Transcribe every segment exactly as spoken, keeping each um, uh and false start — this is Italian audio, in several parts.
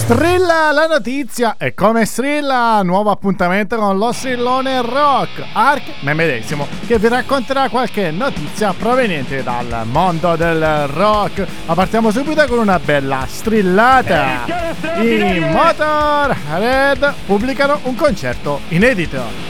Strilla la notizia e come strilla nuovo appuntamento con lo strillone rock Ark me medesimo, che vi racconterà qualche notizia proveniente dal mondo del rock. Ma partiamo subito con una bella strillata. I Motorhead pubblicano un concerto inedito.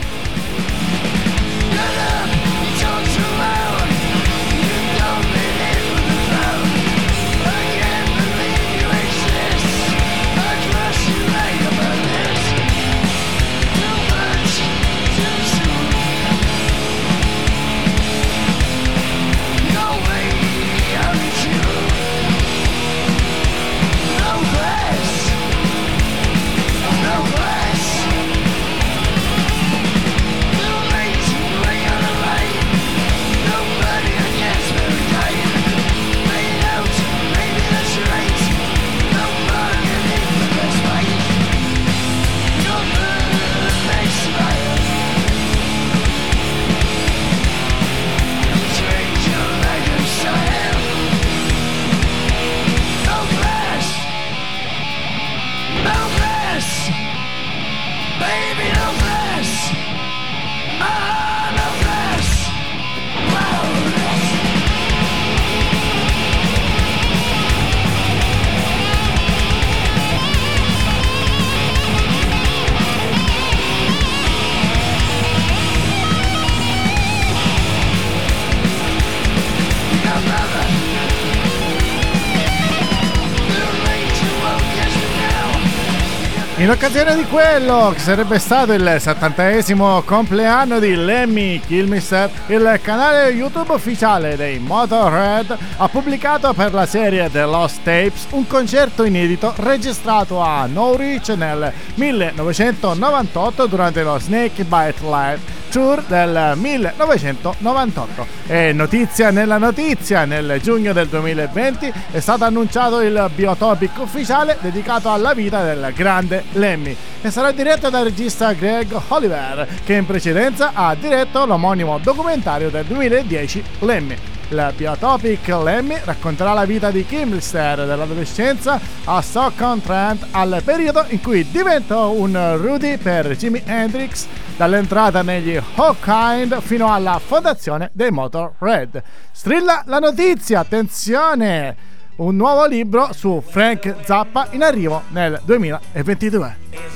In occasione di quello che sarebbe stato il settantesimo compleanno di Lemmy Kilmister, il canale YouTube ufficiale dei Motorhead ha pubblicato per la serie The Lost Tapes un concerto inedito registrato a Norwich nel millenovecentonovantotto durante lo Snake Bite Live Tour del millenovecentonovantotto. E notizia nella notizia, nel giugno del duemilaventi è stato annunciato il biotopic ufficiale dedicato alla vita del grande Lemmy e sarà diretto dal regista Greg Oliver, che in precedenza ha diretto l'omonimo documentario del duemiladieci Lemmy. Il biotopic Lemmy racconterà la vita di Kilmister dall'adolescenza a Stoke-on-Trent al periodo in cui diventò un Rudy per Jimi Hendrix, dall'entrata negli Hawkwind fino alla fondazione dei Motorhead. Strilla la notizia, attenzione! Un nuovo libro su Frank Zappa in arrivo nel duemilaventidue.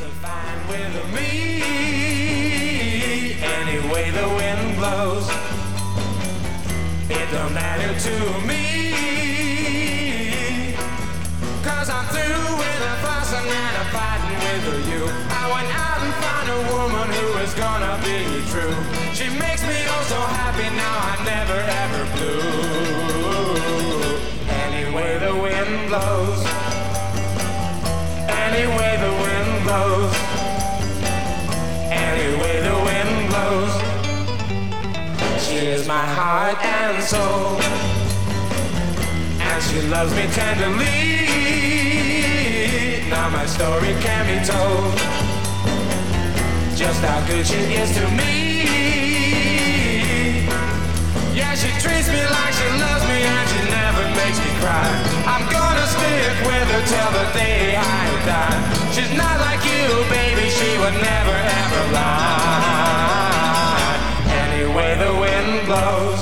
It don't matter to me, 'cause I'm through with a fussing and a fighting with you. I went out and found a woman who is gonna be true. She makes me oh so happy now, I'm never ever blue. Anyway the wind blows, anyway the wind blows, anyway the wind blows. She is my heart and soul, and she loves me tenderly. Now my story can be told, just how good she is to me. Yeah, she treats me like she loves me, and she never makes me cry. I'm gonna stick with her till the day I die. She's not like you, baby, she would never ever lie. Anyway the wind blows,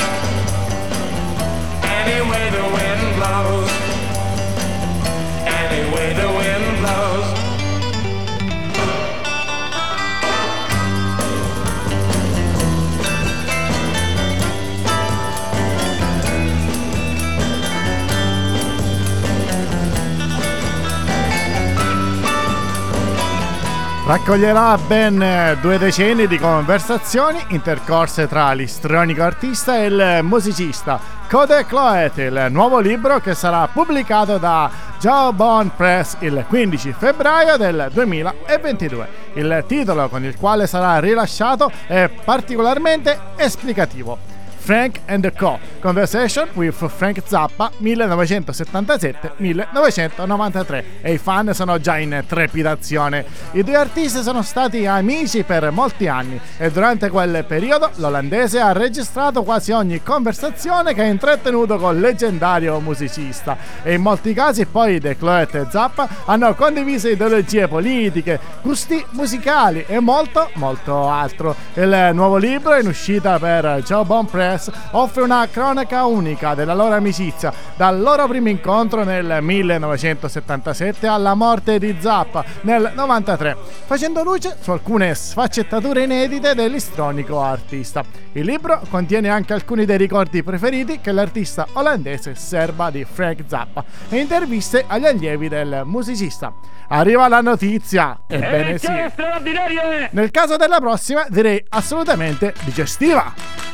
anyway the wind blows, anyway the wind blows. Raccoglierà ben due decenni di conversazioni intercorse tra l'istrionico artista e il musicista Code Cloet, il nuovo libro che sarà pubblicato da Jawbone Press il quindici febbraio del duemilaventidue. Il titolo con il quale sarà rilasciato è particolarmente esplicativo: Frank and Co., Conversation with Frank Zappa millenovecentosettantasette millenovecentonovantatré, e i fan sono già in trepidazione. I due artisti sono stati amici per molti anni e durante quel periodo l'olandese ha registrato quasi ogni conversazione che ha intrattenuto col leggendario musicista, e in molti casi poi De Kloet e Zappa hanno condiviso ideologie politiche, gusti musicali e molto molto altro. Il nuovo libro, in uscita per Jawbone Press, offre una cronaca unica della loro amicizia dal loro primo incontro nel millenovecentosettantasette alla morte di Zappa nel novantatré, facendo luce su alcune sfaccettature inedite dell'istronico artista. Il libro contiene anche alcuni dei ricordi preferiti che l'artista olandese serba di Frank Zappa e interviste agli allievi del musicista. Arriva la notizia! Ebbene sì! Nel caso della prossima direi assolutamente digestiva!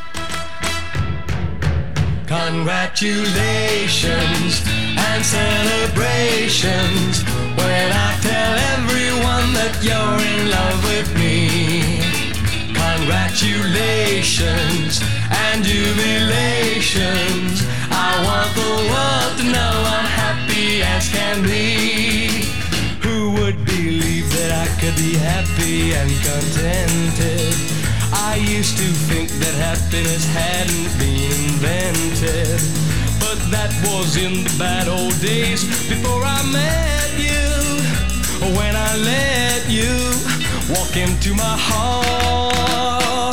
Congratulations and celebrations when I tell everyone that you're in love with me. Congratulations and jubilations. I want the world to know I'm happy as can be. Who would believe that I could be happy and contented? I used to think that happiness hadn't been invented, but that was in the bad old days before I met you. When I let you walk into my heart.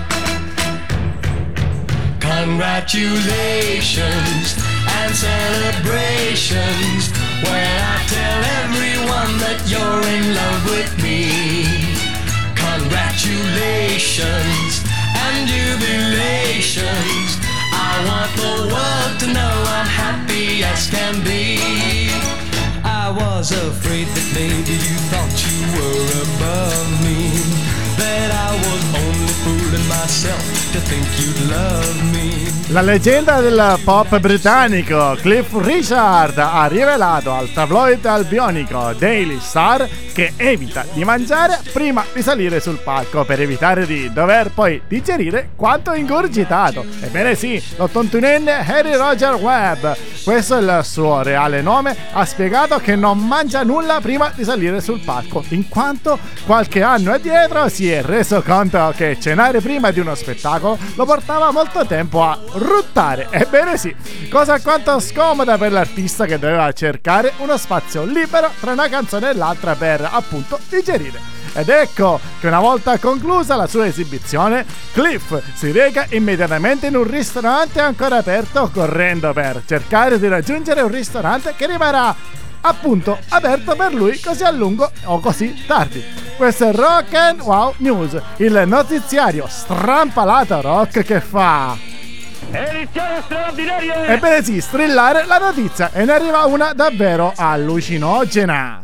Congratulations and celebrations when I tell everyone that you're in love with me. Congratulations and jubilations. I want the world to know I'm happy as can be. I was afraid that maybe you thought you were above me, that I was only fooling myself to think you'd love me. La leggenda del pop britannico Cliff Richard ha rivelato al tabloid albionico Daily Star che evita di mangiare prima di salire sul palco per evitare di dover poi digerire quanto ingurgitato. Ebbene sì, l'ottantunenne Harry Roger Webb, questo è il suo reale nome, ha spiegato che non mangia nulla prima di salire sul palco, in quanto qualche anno addietro si è reso conto che cenare prima di uno spettacolo lo portava molto tempo a ruttare. Ebbene sì, cosa alquanto scomoda per l'artista che doveva cercare uno spazio libero tra una canzone e l'altra per appunto digerire. Ed ecco che una volta conclusa la sua esibizione, Cliff si reca immediatamente in un ristorante ancora aperto, correndo per cercare di raggiungere un ristorante che rimarrà appunto aperto per lui così a lungo o così tardi. Questo è Rock and Wow News, il notiziario strampalato rock che fa edizione straordinaria. Ebbene sì, strillare la notizia, e ne arriva una davvero allucinogena.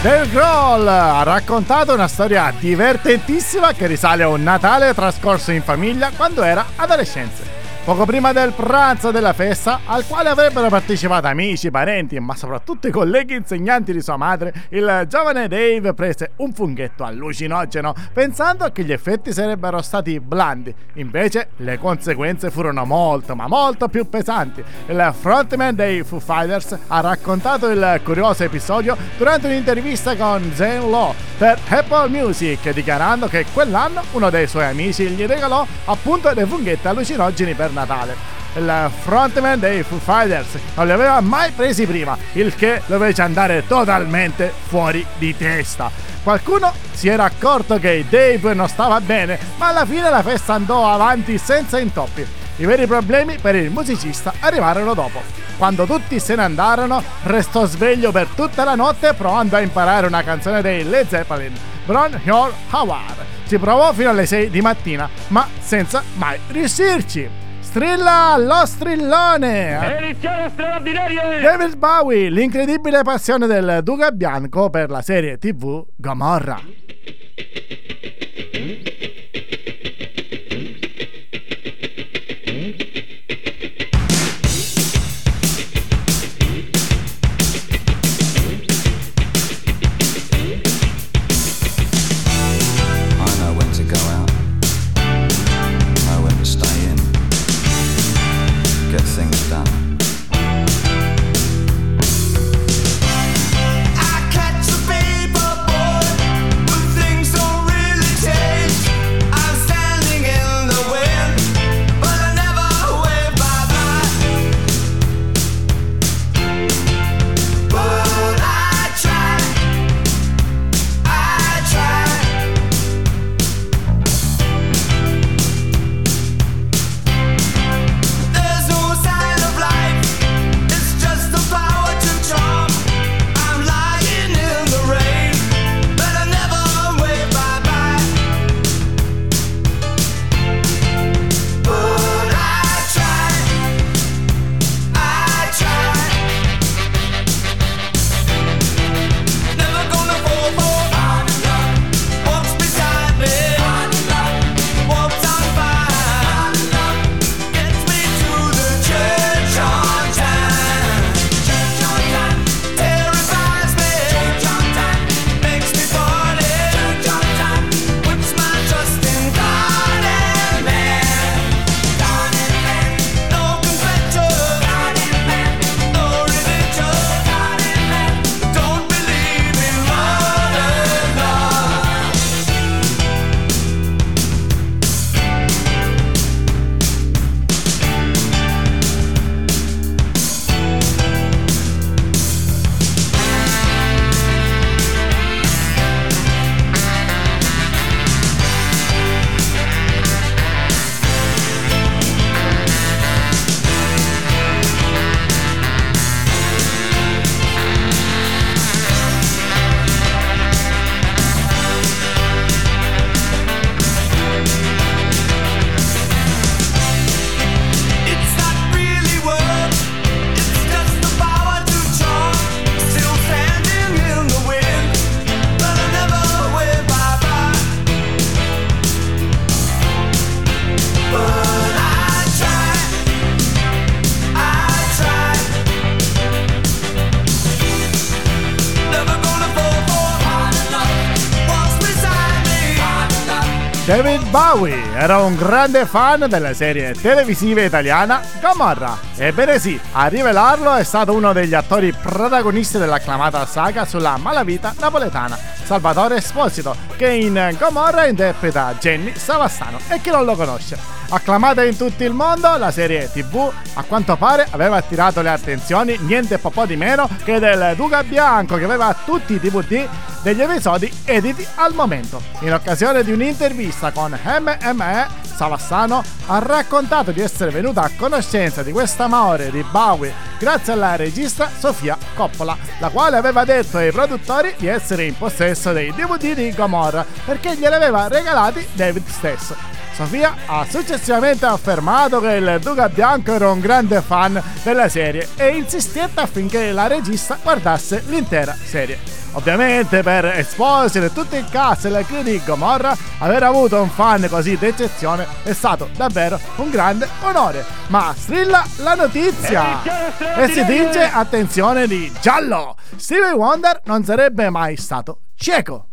Dave Grohl ha raccontato una storia divertentissima che risale a un Natale trascorso in famiglia quando era adolescente. Poco prima del pranzo della festa, al quale avrebbero partecipato amici, parenti, ma soprattutto i colleghi insegnanti di sua madre, il giovane Dave prese un funghetto allucinogeno pensando che gli effetti sarebbero stati blandi. Invece le conseguenze furono molto, ma molto più pesanti. Il frontman dei Foo Fighters ha raccontato il curioso episodio durante un'intervista con Zane Lowe per Apple Music, dichiarando che quell'anno uno dei suoi amici gli regalò appunto dei funghetti allucinogeni per Natale. Il frontman dei Foo Fighters non li aveva mai presi prima, il che lo fece andare totalmente fuori di testa. Qualcuno si era accorto che Dave non stava bene, ma alla fine la festa andò avanti senza intoppi. I veri problemi per il musicista arrivarono dopo. Quando tutti se ne andarono, restò sveglio per tutta la notte provando a imparare una canzone dei Led Zeppelin, Burn Your Howard. Ci provò fino alle sei di mattina, ma senza mai riuscirci. Strilla lo strillone! Edizione straordinaria! David Bowie, l'incredibile passione del Duca Bianco per la serie tivù Gomorra. David Bowie era un grande fan della serie televisiva italiana Gomorra. Ebbene sì, a rivelarlo è stato uno degli attori protagonisti dell'acclamata saga sulla malavita napoletana, Salvatore Esposito, che in Gomorra interpreta Jenny Savastano. E chi non lo conosce? Acclamata in tutto il mondo, la serie tivù a quanto pare aveva attirato le attenzioni niente po' po' di meno che del Duca Bianco, che aveva tutti i D V D degli episodi editi al momento. In occasione di un'intervista con M M E, Savastano ha raccontato di essere venuta a conoscenza di quest'amore di Bowie grazie alla regista Sofia Coppola, la quale aveva detto ai produttori di essere in possesso dei D V D di Gomorra perché glieli aveva regalati David stesso. Sofia ha successivamente affermato che il Duca Bianco era un grande fan della serie e insistette affinché la regista guardasse l'intera serie. Ovviamente per Expulsion e tutto il cast e la crew di Gomorrah, aver avuto un fan così d'eccezione è stato davvero un grande onore. Ma strilla la notizia e si dice attenzione di giallo. Stevie Wonder non sarebbe mai stato cieco.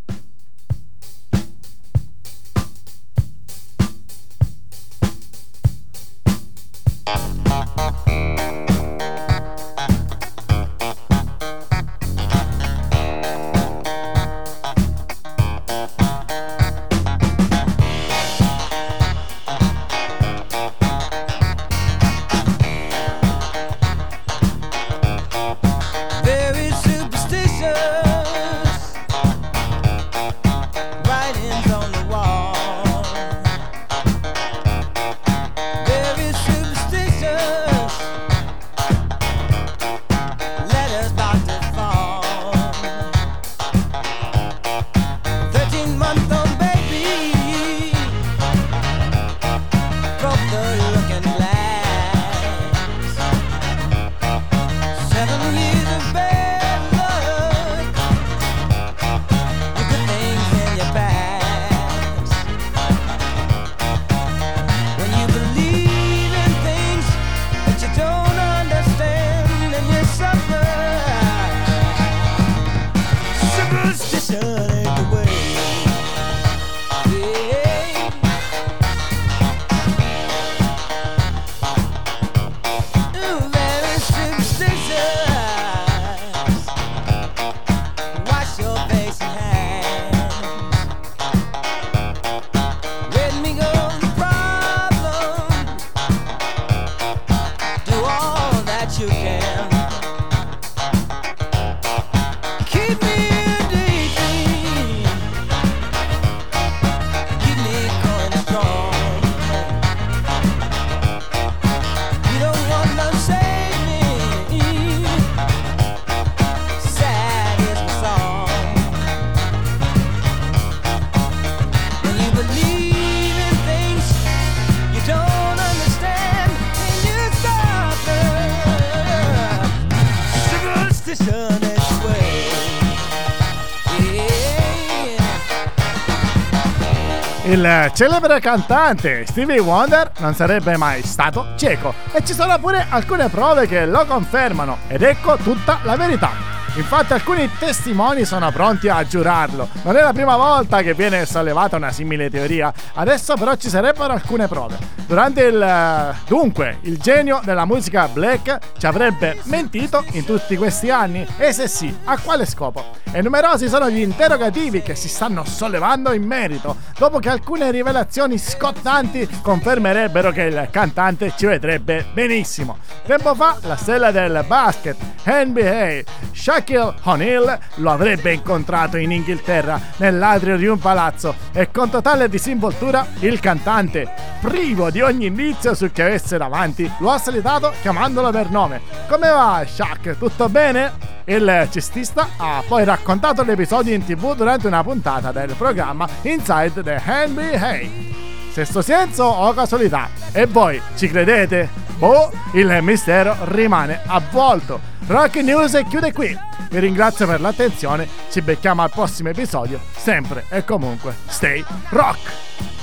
Il celebre cantante Stevie Wonder non sarebbe mai stato cieco e ci sono pure alcune prove che lo confermano, ed ecco tutta la verità. Infatti alcuni testimoni sono pronti a giurarlo. Non è la prima volta che viene sollevata una simile teoria, adesso però ci sarebbero alcune prove. Durante il... Dunque, il genio della musica black ci avrebbe mentito in tutti questi anni? E se sì, a quale scopo? E numerosi sono gli interrogativi che si stanno sollevando in merito, dopo che alcune rivelazioni scottanti confermerebbero che il cantante ci vedrebbe benissimo. Tempo fa la stella del basket N B A Shaquille O'Neal lo avrebbe incontrato in Inghilterra nell'atrio di un palazzo e con totale disinvoltura il cantante, privo di ogni indizio su chi avesse davanti, lo ha salutato chiamandolo per nome. Come va Shaq? Tutto bene? Il cestista ha poi raccontato l'episodio in tv durante una puntata del programma Inside the N B A. Sesto senso o casualità? E voi ci credete? Boh, il mistero rimane avvolto. Rock News chiude qui. Vi ringrazio per l'attenzione, ci becchiamo al prossimo episodio, sempre e comunque stay rock!